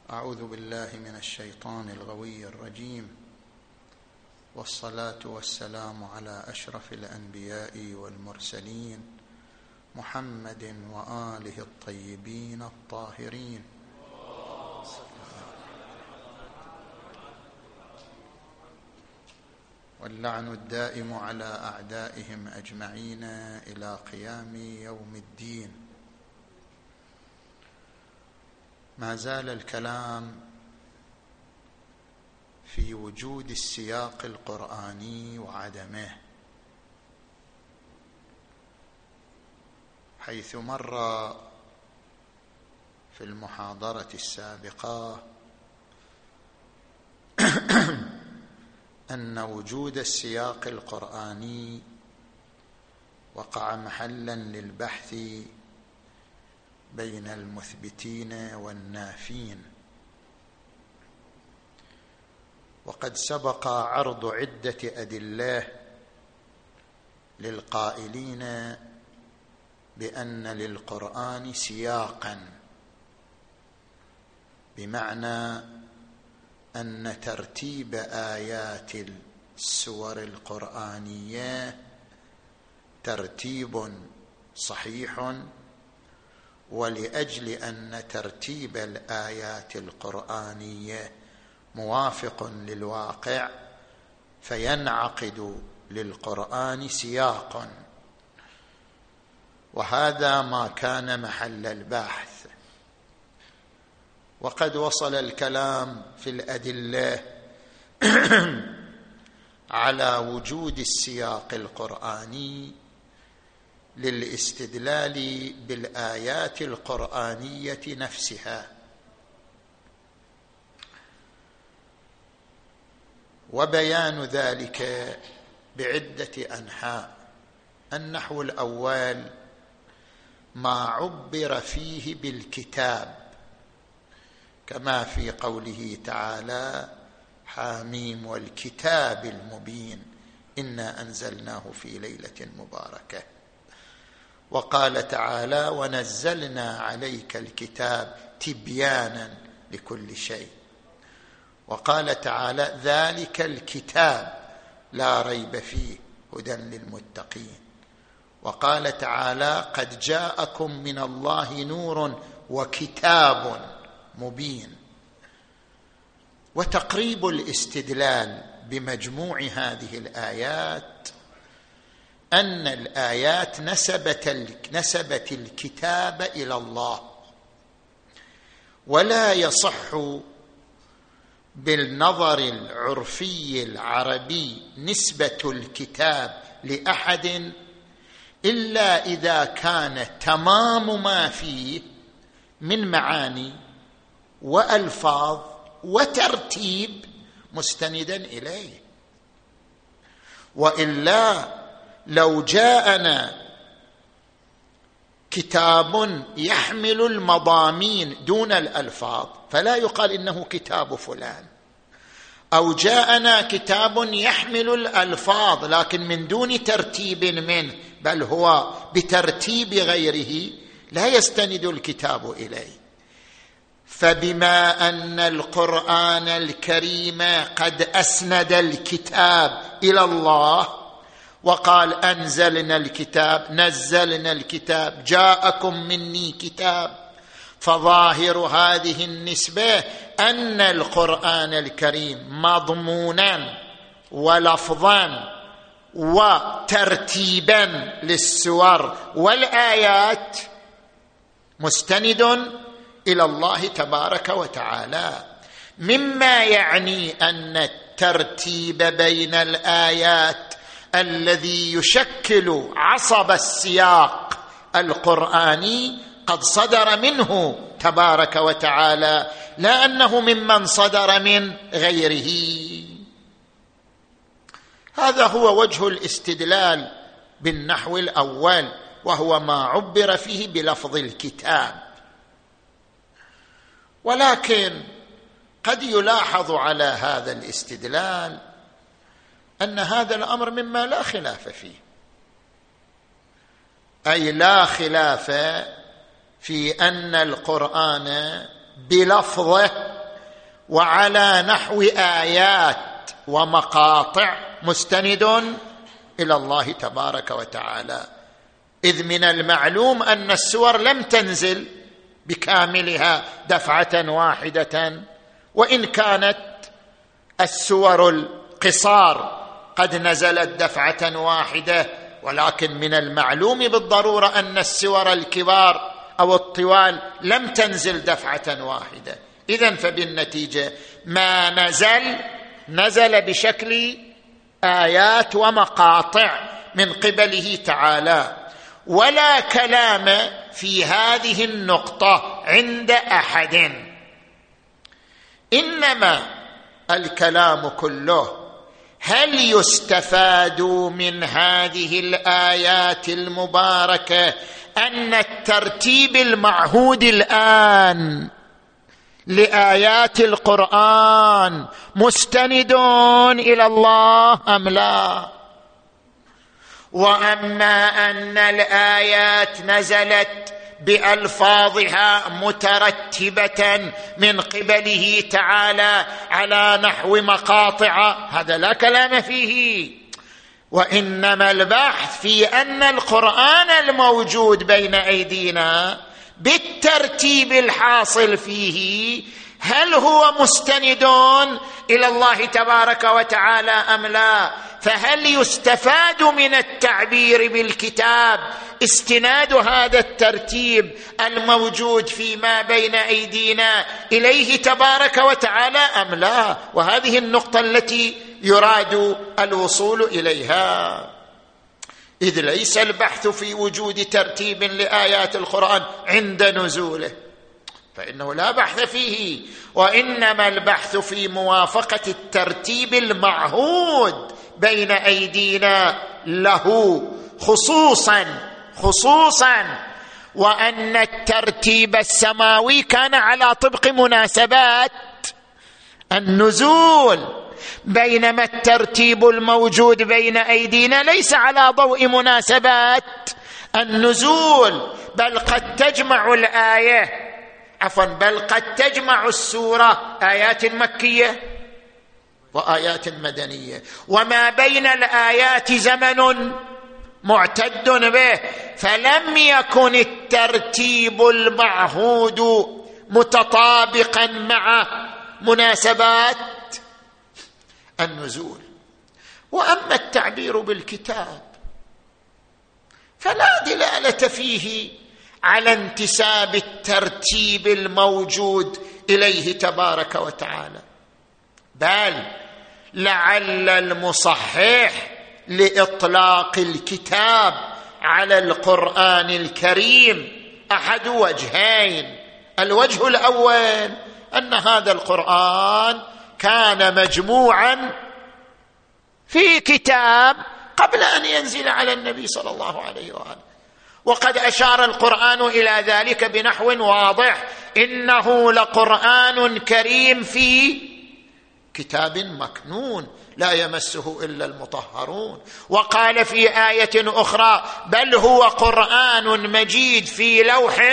أعوذ بالله من الشيطان الغوي الرجيم، والصلاة والسلام على أشرف الأنبياء والمرسلين محمد وآله الطيبين الطاهرين. واللعن الدائم على أعدائهم أجمعين إلى قيام يوم الدين. ما زال الكلام في وجود السياق القرآني وعدمه، حيث مر في المحاضرة السابقة أن وجود السياق القرآني وقع محلا للبحث بين المثبتين والنافين، وقد سبق عرض عدة أدلة للقائلين بأن للقرآن سياقا، بمعنى أن ترتيب آيات السور القرآنية ترتيب صحيح، ولأجل أن ترتيب الآيات القرآنية موافق للواقع فينعقد للقرآن سياق، وهذا ما كان محل البحث. وقد وصل الكلام في الأدلة على وجود السياق القرآني للاستدلال بالآيات القرآنية نفسها، وبيان ذلك بعدة أنحاء. النحو الأول ما عبر فيه بالكتاب، كما في قوله تعالى: حاميم والكتاب المبين إنا أنزلناه في ليلة مباركة. وقال تعالى: ونزلنا عليك الكتاب تبيانا لكل شيء. وقال تعالى: ذلك الكتاب لا ريب فيه هدى للمتقين. وقال تعالى: قد جاءكم من الله نور وكتاب مبين. وتقريب الاستدلال بمجموع هذه الآيات أن الآيات نسبت الكتاب إلى الله، ولا يصح بالنظر العرفي العربي نسبة الكتاب لأحد إلا إذا كان تمام ما فيه من معاني وألفاظ وترتيب مستندا إليه. وإلا لو جاءنا كتاب يحمل المضامين دون الألفاظ فلا يقال إنه كتاب فلان، أو جاءنا كتاب يحمل الألفاظ لكن من دون ترتيب منه، بل هو بترتيب غيره، لا يستند الكتاب إليه. فبما أن القرآن الكريم قد أسند الكتاب إلى الله وقال: أنزلنا الكتاب، نزلنا الكتاب، جاءكم مني كتاب، فظاهر هذه النسبة أن القرآن الكريم مضمونا ولفظا وترتيبا للسور والآيات مستند إلى الله تبارك وتعالى، مما يعني أن الترتيب بين الآيات الذي يشكل عصب السياق القرآني قد صدر منه تبارك وتعالى، لا أنه ممن صدر من غيره. هذا هو وجه الاستدلال بالنحو الأول، وهو ما عبر فيه بلفظ الكتاب. ولكن قد يلاحظ على هذا الاستدلال أن هذا الأمر مما لا خلاف فيه، أي لا خلاف في أن القرآن بلفظه وعلى نحو آيات ومقاطع مستند إلى الله تبارك وتعالى، إذ من المعلوم أن السور لم تنزل بكاملها دفعة واحدة، وإن كانت السور القصار قد نزلت دفعة واحدة، ولكن من المعلوم بالضرورة أن السور الكبار أو الطوال لم تنزل دفعة واحدة. إذن فبالنتيجة ما نزل بشكل آيات ومقاطع من قبله تعالى، ولا كلام في هذه النقطة عند أحد، إنما الكلام كله هل يستفاد من هذه الآيات المباركة أن الترتيب المعهود الآن لآيات القرآن مستند إلى الله أم لا؟ وأما أن الآيات نزلت بألفاظها مترتبة من قبله تعالى على نحو مقاطع، هذا لا كلام فيه، وإنما البحث في أن القرآن الموجود بين أيدينا بالترتيب الحاصل فيه هل هو مستند إلى الله تبارك وتعالى أم لا؟ فهل يستفاد من التعبير بالكتاب استناد هذا الترتيب الموجود فيما بين أيدينا إليه تبارك وتعالى أم لا؟ وهذه النقطة التي يراد الوصول إليها، إذ ليس البحث في وجود ترتيب لآيات القرآن عند نزوله، فإنه لا بحث فيه، وإنما البحث في موافقة الترتيب المعهود بين أيدينا له خصوصا وأن الترتيب السماوي كان على طبق مناسبات النزول، بينما الترتيب الموجود بين أيدينا ليس على ضوء مناسبات النزول، بل قد تجمع السورة آيات مكية وآيات مدنية، وما بين الآيات زمن معتد به، فلم يكن الترتيب المعهود متطابقا مع مناسبات النزول. وأما التعبير بالكتاب فلا دلالة فيه على انتساب الترتيب الموجود إليه تبارك وتعالى، بل لعل المصحح لإطلاق الكتاب على القرآن الكريم أحد وجهين. الوجه الأول أن هذا القرآن كان مجموعا في كتاب قبل أن ينزل على النبي صلى الله عليه وآله، وقد أشار القرآن إلى ذلك بنحو واضح: إنه لقرآن كريم في كتاب مكنون لا يمسه إلا المطهرون. وقال في آية أخرى: بل هو قرآن مجيد في لوح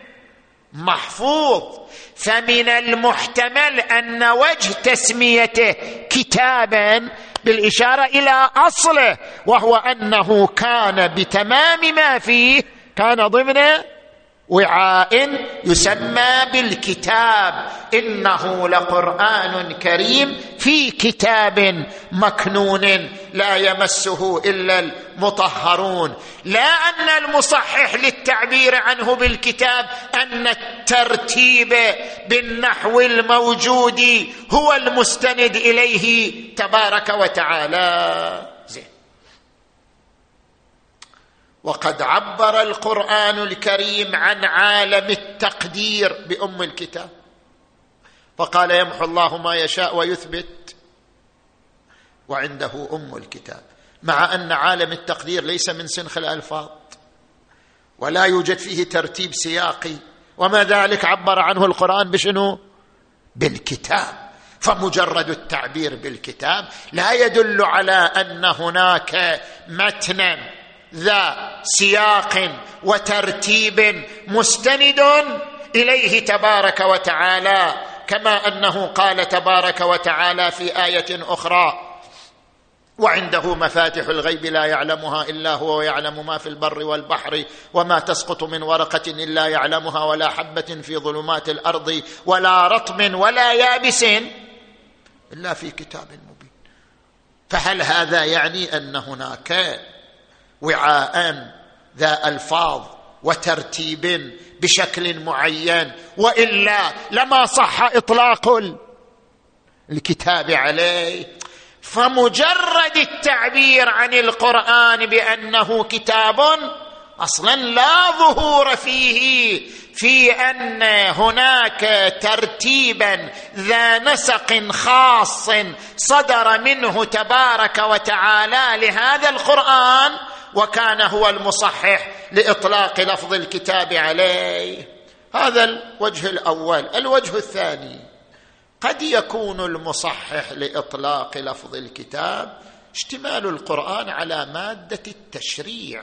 محفوظ. فمن المحتمل أن وجه تسميته كتابا بالإشارة إلى أصله، وهو أنه كان بتمام ما فيه كان ضمن وعاء يسمى بالكتاب. إنه لقرآن كريم في كتاب مكنون لا يمسه إلا المطهرون. لا أن المصحح للتعبير عنه بالكتاب أن الترتيب بالنحو الموجود هو المستند إليه تبارك وتعالى. وقد عبر القرآن الكريم عن عالم التقدير بأم الكتاب، فقال: يمحو الله ما يشاء ويثبت وعنده أم الكتاب، مع أن عالم التقدير ليس من سنخ الألفاظ ولا يوجد فيه ترتيب سياقي، وما ذلك عبر عنه القرآن بشنو؟ بالكتاب. فمجرد التعبير بالكتاب لا يدل على أن هناك متنا ذا سياق وترتيب مستند إليه تبارك وتعالى، كما أنه قال تبارك وتعالى في آية أخرى: وعنده مفاتح الغيب لا يعلمها إلا هو ويعلم ما في البر والبحر وما تسقط من ورقة إلا يعلمها ولا حبة في ظلمات الأرض ولا رطب ولا يابس إلا في كتاب مبين. فهل هذا يعني أن هناك وعاء ذا ألفاظ وترتيب بشكل معين، وإلا لما صح إطلاق الكتاب عليه؟ فمجرد التعبير عن القرآن بأنه كتاب أصلا لا ظهور فيه في أن هناك ترتيبا ذا نسق خاص صدر منه تبارك وتعالى لهذا القرآن وكان هو المصحح لإطلاق لفظ الكتاب عليه. هذا الوجه الأول. الوجه الثاني: قد يكون المصحح لإطلاق لفظ الكتاب اشتمال القرآن على مادة التشريع،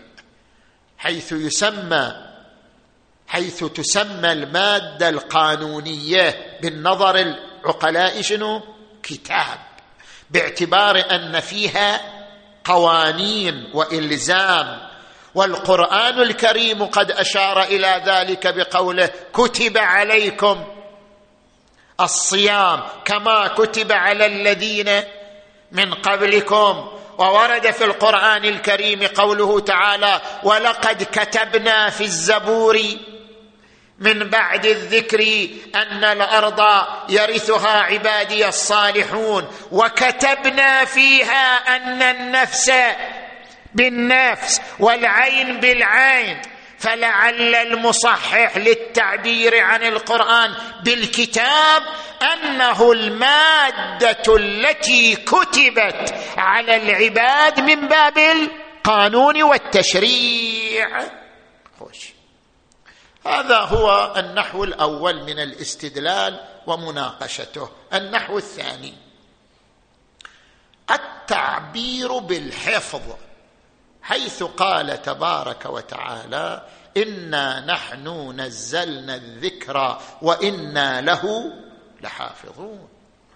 حيث تسمى المادة القانونية بالنظر العقلاء شنو؟ كتاب، باعتبار أن فيها قوانين وإلزام. والقرآن الكريم قد أشار إلى ذلك بقوله: كتب عليكم الصيام كما كتب على الذين من قبلكم. وورد في القرآن الكريم قوله تعالى: ولقد كتبنا في الزبور من بعد الذكر أن الأرض يرثها عبادي الصالحون وكتبنا فيها أن النفس بالنفس والعين بالعين. فلعل المصحح للتعبير عن القرآن بالكتاب أنه المادة التي كتبت على العباد من باب القانون والتشريع. هذا هو النحو الأول من الاستدلال ومناقشته. النحو الثاني: التعبير بالحفظ، حيث قال تبارك وتعالى: إنا نحن نزلنا الذكر وإنا له لحافظون.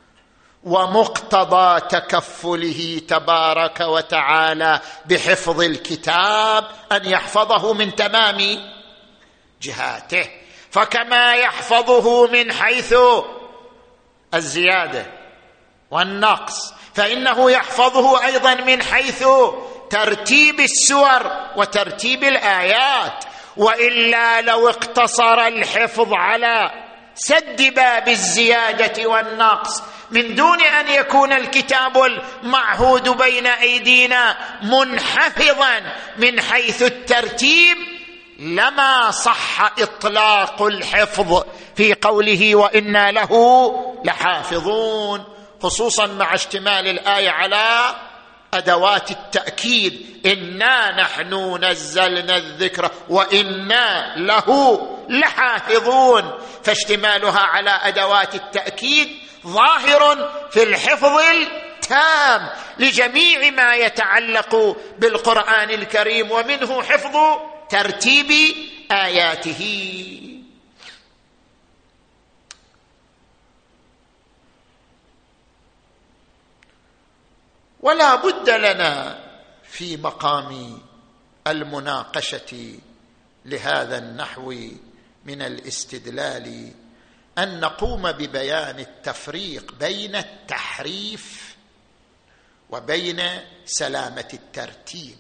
ومقتضى تكفله تبارك وتعالى بحفظ الكتاب أن يحفظه من تمام جهاته، فكما يحفظه من حيث الزيادة والنقص فإنه يحفظه أيضا من حيث ترتيب السور وترتيب الآيات. وإلا لو اقتصر الحفظ على سد باب الزيادة والنقص من دون أن يكون الكتاب المعهود بين أيدينا منحفظا من حيث الترتيب، لما صح إطلاق الحفظ في قوله وإنا له لحافظون، خصوصا مع اشتمال الآية على أدوات التأكيد: إنا نحن نزلنا الذكر وإنا له لحافظون. فاشتمالها على أدوات التأكيد ظاهر في الحفظ التام لجميع ما يتعلق بالقرآن الكريم، ومنه حفظ ترتيب آياته. ولا بد لنا في مقام المناقشة لهذا النحو من الاستدلال أن نقوم ببيان التفريق بين التحريف وبين سلامة الترتيب.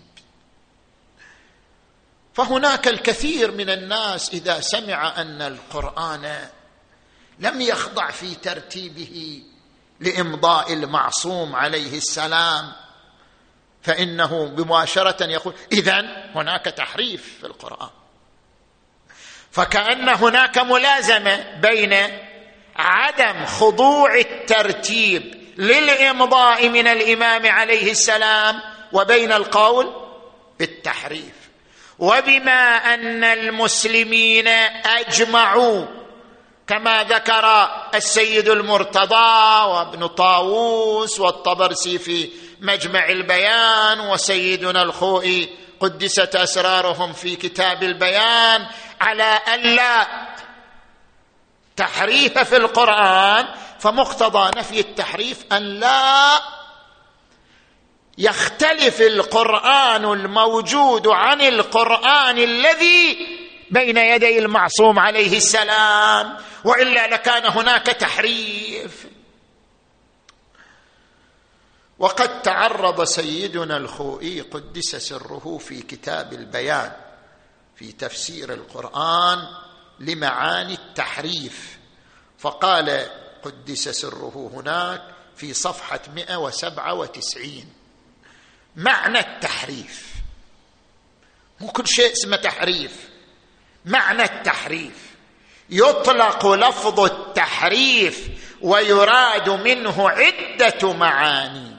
فهناك الكثير من الناس إذا سمع أن القرآن لم يخضع في ترتيبه لإمضاء المعصوم عليه السلام فإنه مباشرة يقول إذن هناك تحريف في القرآن. فكأن هناك ملازمة بين عدم خضوع الترتيب للإمضاء من الإمام عليه السلام وبين القول بالتحريف. وبما أن المسلمين أجمعوا كما ذكر السيد المرتضى وابن طاووس والطبرسي في مجمع البيان وسيدنا الخوئي قدست أسرارهم في كتاب البيان على ألا تحريف في القرآن، فمقتضى نفي التحريف أن لا يختلف القرآن الموجود عن القرآن الذي بين يدي المعصوم عليه السلام، وإلا لكان هناك تحريف. وقد تعرض سيدنا الخوئي قدس سره في كتاب البيان في تفسير القرآن لمعاني التحريف، فقال قدس سره هناك في صفحة 197: معنى التحريف، مو كل شيء اسمه تحريف، معنى التحريف يطلق لفظ التحريف ويراد منه عدة معاني،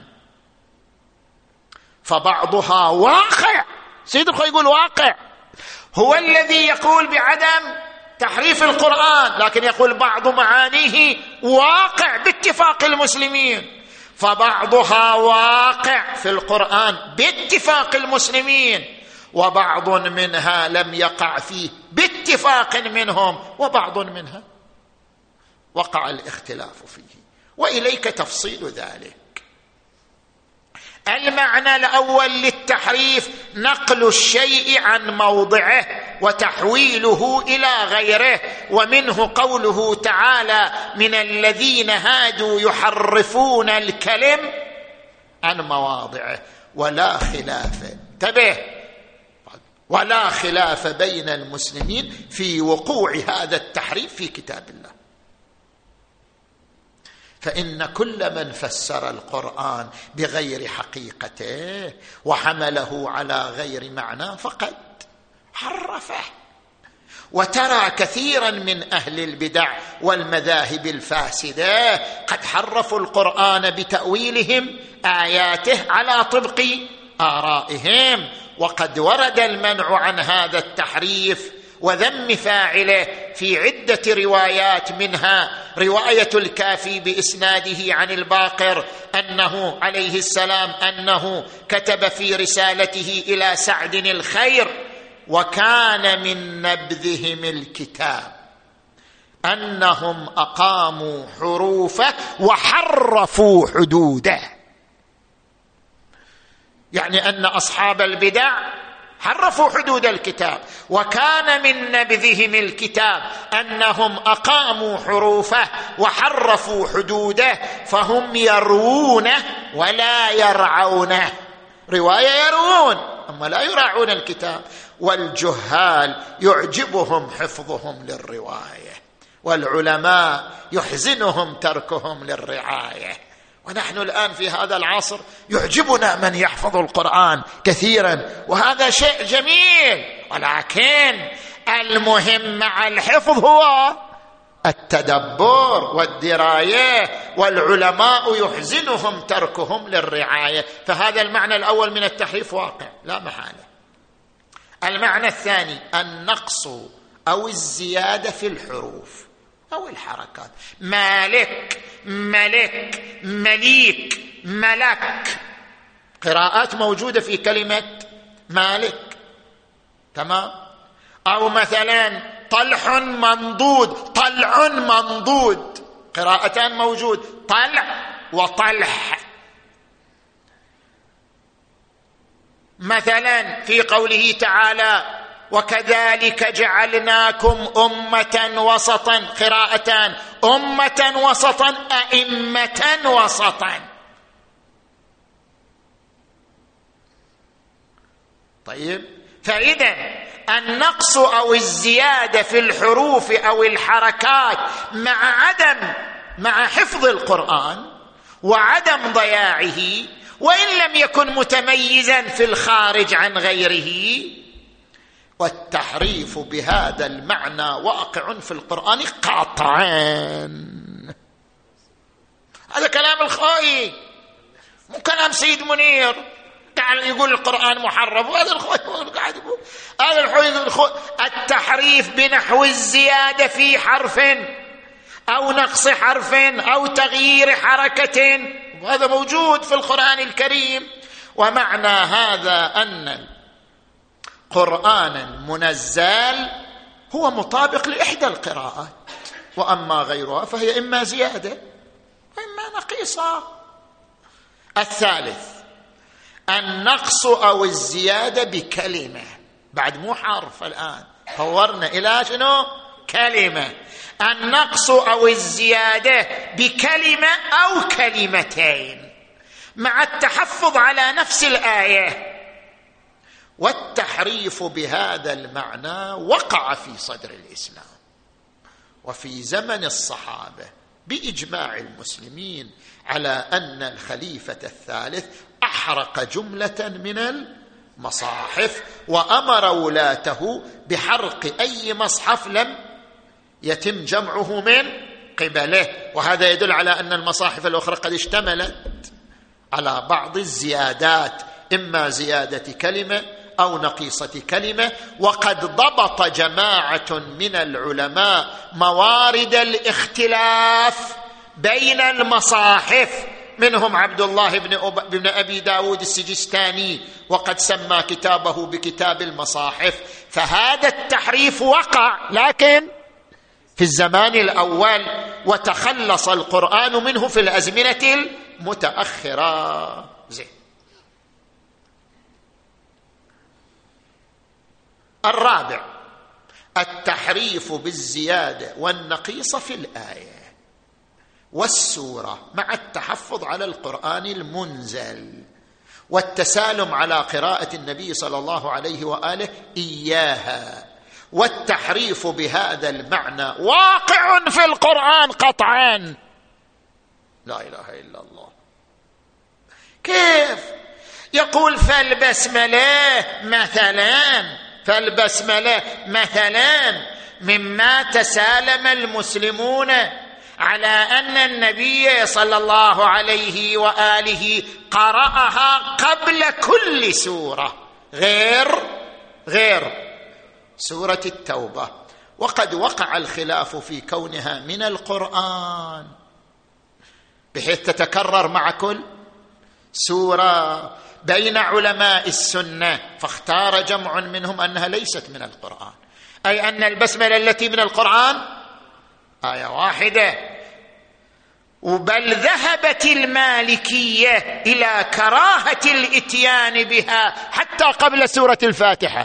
فبعضها واقع. سيد الخوئي يقول واقع هو الذي يقول بعدم تحريف القرآن، لكن يقول بعض معانيه واقع باتفاق المسلمين، فبعضها واقع في القرآن باتفاق المسلمين، وبعض منها لم يقع فيه باتفاق منهم، وبعض منها وقع الاختلاف فيه، وإليك تفصيل ذلك. المعنى الأول للتحريف نقل الشيء عن موضعه وتحويله إلى غيره، ومنه قوله تعالى: من الذين هادوا يحرفون الكلم عن مواضعه ولا خلاف، انتبه، ولا خلاف بين المسلمين في وقوع هذا التحريف في كتاب الله. فإن كل من فسر القرآن بغير حقيقته وحمله على غير معناه فقد حرفه. وترى كثيرا من أهل البدع والمذاهب الفاسدة قد حرفوا القرآن بتأويلهم آياته على طبق آرائهم، وقد ورد المنع عن هذا التحريف وذم فاعله في عدة روايات، منها رواية الكافي بإسناده عن الباقر أنه عليه السلام أنه كتب في رسالته إلى سعد الخير: وكان من نبذهم الكتاب أنهم أقاموا حروفه وحرفوا حدوده، يعني أن أصحاب البدع حرفوا حدود الكتاب. وكان من نبذهم الكتاب أنهم أقاموا حروفه وحرفوا حدوده، فهم يروونه ولا يرعونه. رواية يروون أما لا يراعون الكتاب. والجهال يعجبهم حفظهم للرواية، والعلماء يحزنهم تركهم للرعاية. ونحن الآن في هذا العصر يعجبنا من يحفظ القرآن كثيرا، وهذا شيء جميل، ولكن المهم مع الحفظ هو التدبر والدراية، والعلماء يحزنهم تركهم للرعاية. فهذا المعنى الأول من التحريف واقع لا محالة. المعنى الثاني النقص أو الزيادة في الحروف أو الحركات. مالك، ملك، مليك، ملك، قراءات موجودة في كلمة مالك، تمام. أو مثلا طلح منضود، طلع منضود، قراءتان موجود، طلع وطلح. مثلا في قوله تعالى: وكذلك جعلناكم أمة وسطا، قراءتان، أمة وسطا، أئمة وسطا. طيب، فإذا النقص أو الزيادة في الحروف أو الحركات مع حفظ القرآن وعدم ضياعه، وإن لم يكن متميزا في الخارج عن غيره، والتحريف بهذا المعنى واقع في القرآن قاطعا. هذا كلام الخوئي، مو كلام سيد منير يقول القرآن محرف. وهذا الخوئي قاعد يقول، هذا الخوئي التحريف بنحو الزيادة في حرف أو نقص حرف أو تغيير حركة، وهذا موجود في القرآن الكريم. ومعنى هذا أن قرآن منزل هو مطابق لإحدى القراءات، وأما غيرها فهي إما زيادة وإما نقيصة. الثالث النقص أو الزيادة بكلمة، بعد مو حرف، الآن طورنا إلى شنو؟ كلمة. النقص أو الزيادة بكلمة أو كلمتين مع التحفظ على نفس الآية. والتحريف بهذا المعنى وقع في صدر الإسلام وفي زمن الصحابة بإجماع المسلمين على أن الخليفة الثالث أحرق جملة من المصاحف وأمر ولاته بحرق أي مصحف لم يتم جمعه من قبله. وهذا يدل على أن المصاحف الأخرى قد اشتملت على بعض الزيادات، إما زيادة كلمة أو نقيصة كلمة. وقد ضبط جماعة من العلماء موارد الاختلاف بين المصاحف، منهم عبد الله بن أبي داود السجستاني، وقد سمى كتابه بكتاب المصاحف. فهذا التحريف وقع لكن في الزمان الأول، وتخلص القرآن منه في الأزمنة المتأخرة. زين. الرابع التحريف بالزيادة والنقيصة في الآية والسورة مع التحفظ على القرآن المنزل والتسالم على قراءة النبي صلى الله عليه وآله إياها. والتحريف بهذا المعنى واقع في القرآن قطعا. لا إله إلا الله. كيف؟ يقول فالبسملة مثلا مما تسالم المسلمون على أن النبي صلى الله عليه وآله قرأها قبل كل سورة غير سورة التوبة. وقد وقع الخلاف في كونها من القرآن بحيث تتكرر مع كل سورة بين علماء السنة، فاختار جمع منهم أنها ليست من القرآن، أي أن البسملة التي من القرآن آية واحدة. بل ذهبت المالكية إلى كراهة الإتيان بها حتى قبل سورة الفاتحة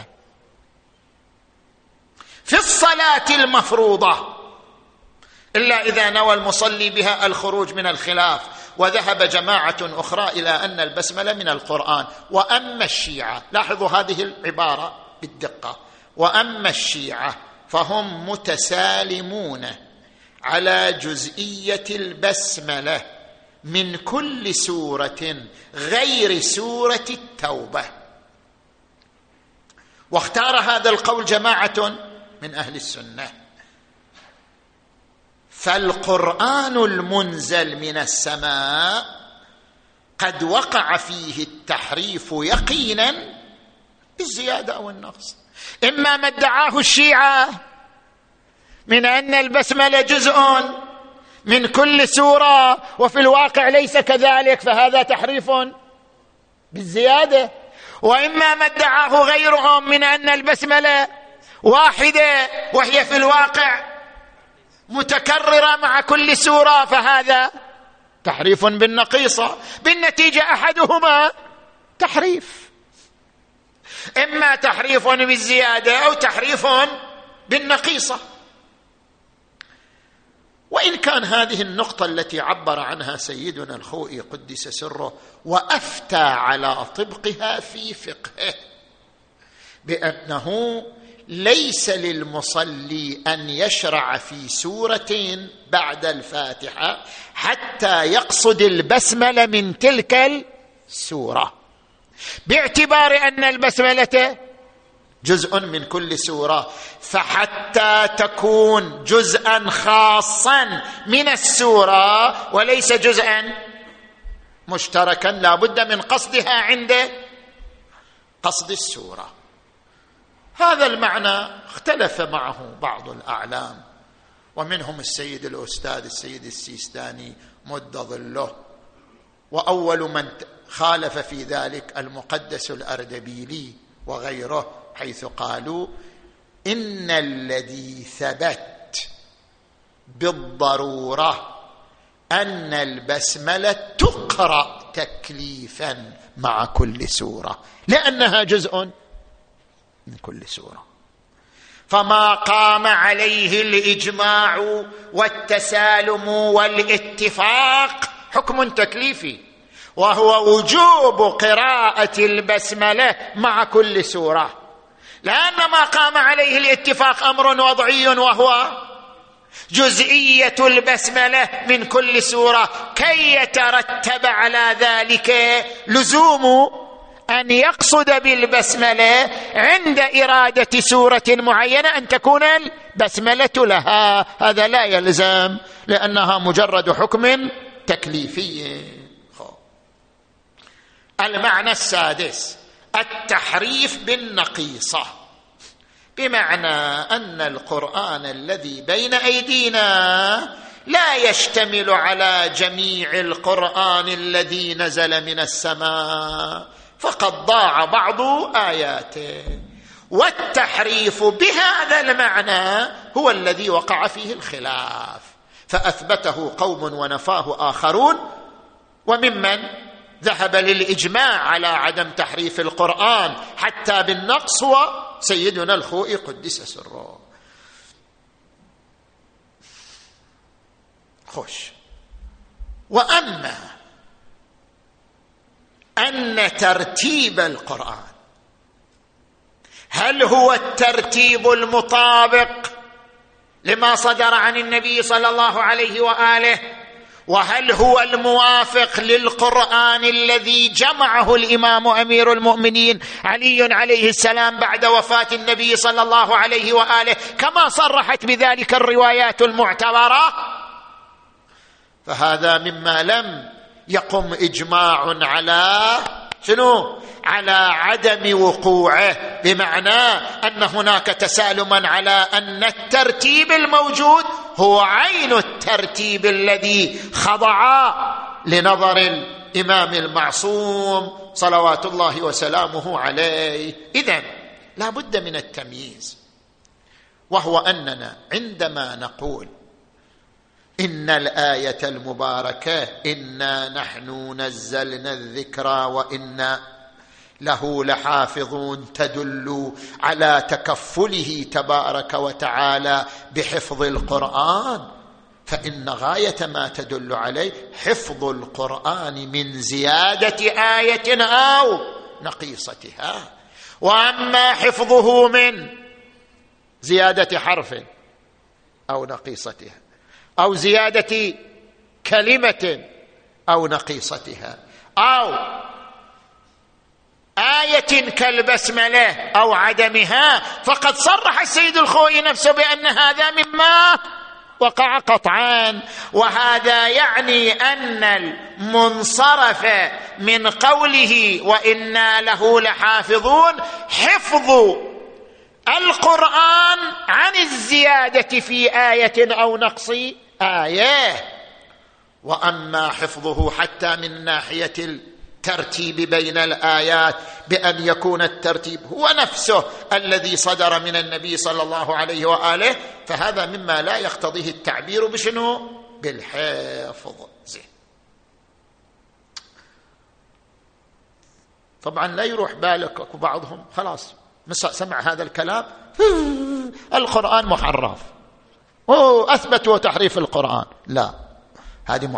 في الصلاة المفروضة، إلا إذا نوى المصلي بها الخروج من الخلاف. وذهب جماعة أخرى إلى أن البسملة من القرآن. وأما الشيعة، لاحظوا هذه العبارة بالدقة، وأما الشيعة فهم متسالمون على جزئية البسملة من كل سورة غير سورة التوبة. واختار هذا القول جماعة من أهل السنة. فالقرآن المنزل من السماء قد وقع فيه التحريف يقينا بالزيادة أو النقص، إما ما ادعاه الشيعة من أن البسملة جزء من كل سورة وفي الواقع ليس كذلك، فهذا تحريف بالزيادة، وإما ما ادعاه غيرهم من أن البسملة واحدة وهي في الواقع متكررة مع كل سورة، فهذا تحريف بالنقيصة. بالنتيجة أحدهما تحريف، إما تحريف بالزيادة أو تحريف بالنقيصة. وإن كان هذه النقطة التي عبر عنها سيدنا الخوئي قدس سره وأفتى على طبقها في فقهه بأنه ليس للمصلي أن يشرع في سورة بعد الفاتحة حتى يقصد البسملة من تلك السورة، باعتبار أن البسملة جزء من كل سورة، فحتى تكون جزءا خاصا من السورة وليس جزءا مشتركا لا بد من قصدها عند قصد السورة. هذا المعنى اختلف معه بعض الأعلام، ومنهم السيد الأستاذ السيد السيستاني مد ظله، وأول من خالف في ذلك المقدس الأردبيلي وغيره، حيث قالوا إن الذي ثبت بالضرورة أن البسملة تقرأ تكليفا مع كل سورة، لأنها جزء من كل سورة. فما قام عليه الإجماع والتسالم والاتفاق حكم تكليفي، وهو وجوب قراءة البسملة مع كل سورة، لأن ما قام عليه الاتفاق أمر وضعي وهو جزئية البسملة من كل سورة، كي يترتب على ذلك لزوم أن يقصد بالبسملة عند إرادة سورة معينة أن تكون البسملة لها. هذا لا يلزم، لأنها مجرد حكم تكليفي. المعنى السادس التحريف بالنقيصة، بمعنى أن القرآن الذي بين أيدينا لا يشتمل على جميع القرآن الذي نزل من السماء، فقد ضاع بعض آياته. والتحريف بهذا المعنى هو الذي وقع فيه الخلاف، فأثبته قوم ونفاه آخرون، وممن ذهب للإجماع على عدم تحريف القرآن حتى بالنقص هو سيدنا الخوئي قدس سره. خوش. وأما أن ترتيب القرآن هل هو الترتيب المطابق لما صدر عن النبي صلى الله عليه وآله، وهل هو الموافق للقرآن الذي جمعه الإمام أمير المؤمنين علي عليه السلام بعد وفاة النبي صلى الله عليه وآله كما صرحت بذلك الروايات المعتبرة؟ فهذا مما لم يقم إجماع على شنو؟ على عدم وقوعه، بمعنى أن هناك تسالما على أن الترتيب الموجود هو عين الترتيب الذي خضع لنظر الإمام المعصوم صلوات الله وسلامه عليه. إذن لا بد من التمييز، وهو أننا عندما نقول إن الآية المباركة إنا نحن نزلنا الذكرى وإنا له لحافظون تدل على تكفله تبارك وتعالى بحفظ القرآن، فإن غاية ما تدل عليه حفظ القرآن من زيادة آية أو نقيصتها. وأما حفظه من زيادة حرف أو نقيصتها أو زيادة كلمة أو نقيصتها أو آية كالبسملة أو عدمها، فقد صرح السيد الخوئي نفسه بأن هذا مما وقع قطعا. وهذا يعني أن المنصرف من قوله وإنا له لحافظون حفظ القرآن عن الزيادة في آية أو نقص آية. وأما حفظه حتى من ناحية الترتيب بين الآيات بأن يكون الترتيب هو نفسه الذي صدر من النبي صلى الله عليه وآله، فهذا مما لا يقتضيه التعبير بشنو؟ بالحفظ. طبعا لا يروح بالك وبعضهم خلاص سمع هذا الكلام القرآن محرف أثبتوا تحريف القرآن. لا، هذه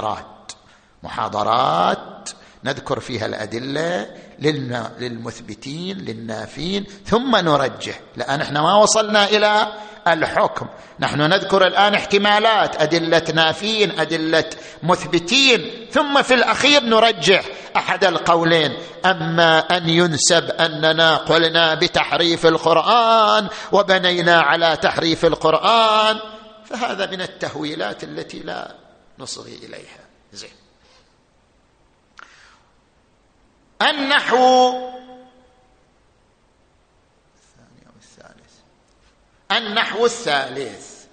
محاضرات نذكر فيها الأدلة للمثبتين للنافين ثم نرجح، لأن احنا ما وصلنا إلى الحكم، نحن نذكر الآن احتمالات، أدلة نافين أدلة مثبتين، ثم في الأخير نرجح أحد القولين. أما أن ينسب أننا قلنا بتحريف القرآن وبنينا على تحريف القرآن فهذا من التهويلات التي لا نصغي إليها. زين. النحو الثالث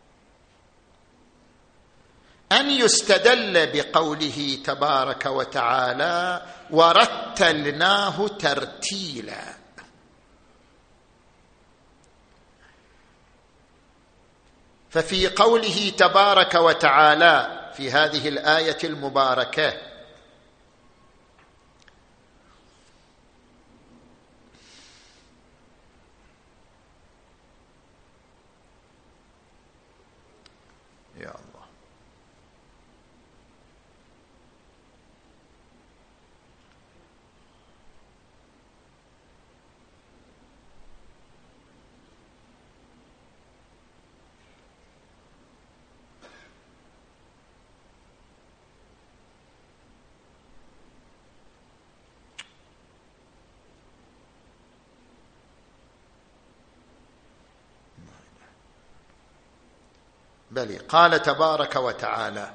أن يستدل بقوله تبارك وتعالى ورتلناه ترتيلا. ففي قوله تبارك وتعالى في هذه الآية المباركة: يا الله بلي. قال تبارك وتعالى: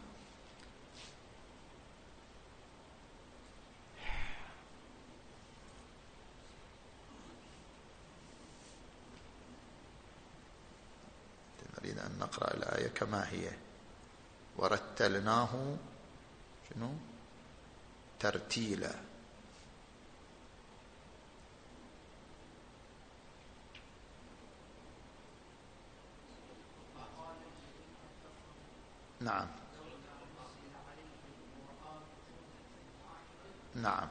نريد أن نقرأ الآية كما هي: ورتلناه شنو ترتيلا. نعم نعم.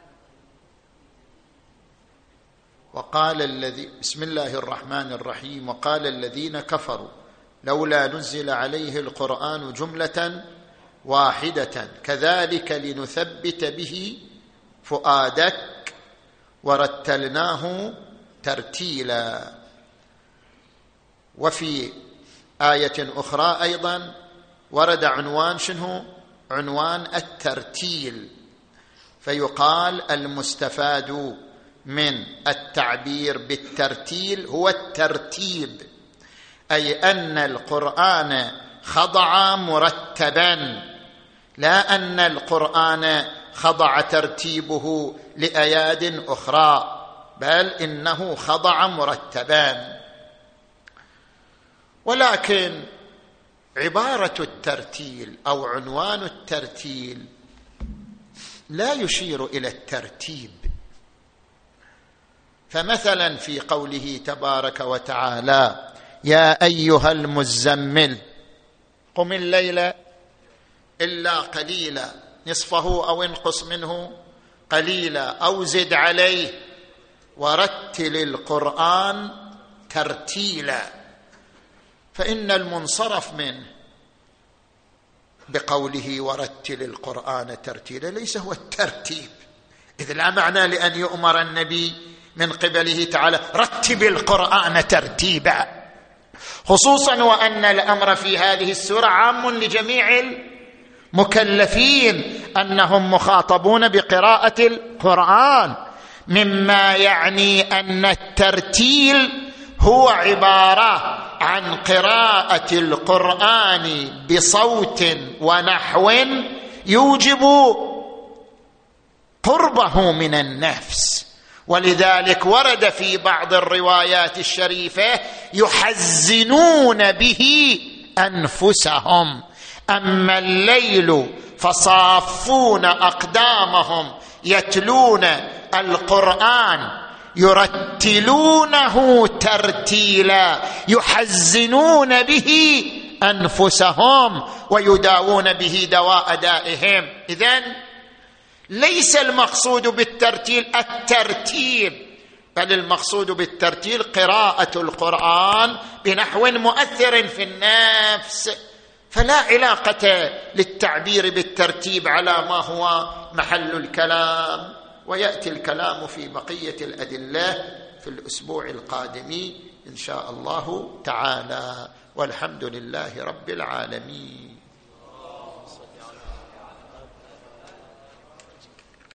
وقال الذي بسم الله الرحمن الرحيم: وقال الذين كفروا لولا نزل عليه القرآن جملة واحدة كذلك لنثبت به فؤادك ورتلناه ترتيلا. وفي آية أخرى أيضا ورد عنوان شنو؟ عنوان الترتيل. فيقال: المستفاد من التعبير بالترتيل هو الترتيب، أي أن القرآن خضع مرتبا، لا أن القرآن خضع ترتيبه لأياد أخرى، بل إنه خضع مرتبا. ولكن عبارة الترتيل أو عنوان الترتيل لا يشير إلى الترتيب. فمثلا في قوله تبارك وتعالى: يا أيها المزمل قم الليل إلا قليلا نصفه أو انقص منه قليلا أو زد عليه ورتل القرآن ترتيلا. فإن المنصرف منه بقوله ورتل القرآن ترتيلا ليس هو الترتيب، إذ لا معنى لأن يؤمر النبي من قبله تعالى: رتب القرآن ترتيبا، خصوصا وأن الأمر في هذه السورة عام لجميع المكلفين، أنهم مخاطبون بقراءة القرآن، مما يعني أن الترتيل هو عبارة عن قراءة القرآن بصوت ونحو يوجب قربه من النفس. ولذلك ورد في بعض الروايات الشريفة: يحزنون به أنفسهم، أما الليل فصافون أقدامهم يتلون القرآن يرتلونه ترتيلا، يحزنون به أنفسهم ويداوون به دواء دائهم. إذن ليس المقصود بالترتيل الترتيب، بل المقصود بالترتيل قراءة القرآن بنحو مؤثر في النفس. فلا علاقة للتعبير بالترتيب على ما هو محل الكلام، ويأتي الكلام في بقية الأدلة في الأسبوع القادم إن شاء الله تعالى، والحمد لله رب العالمين.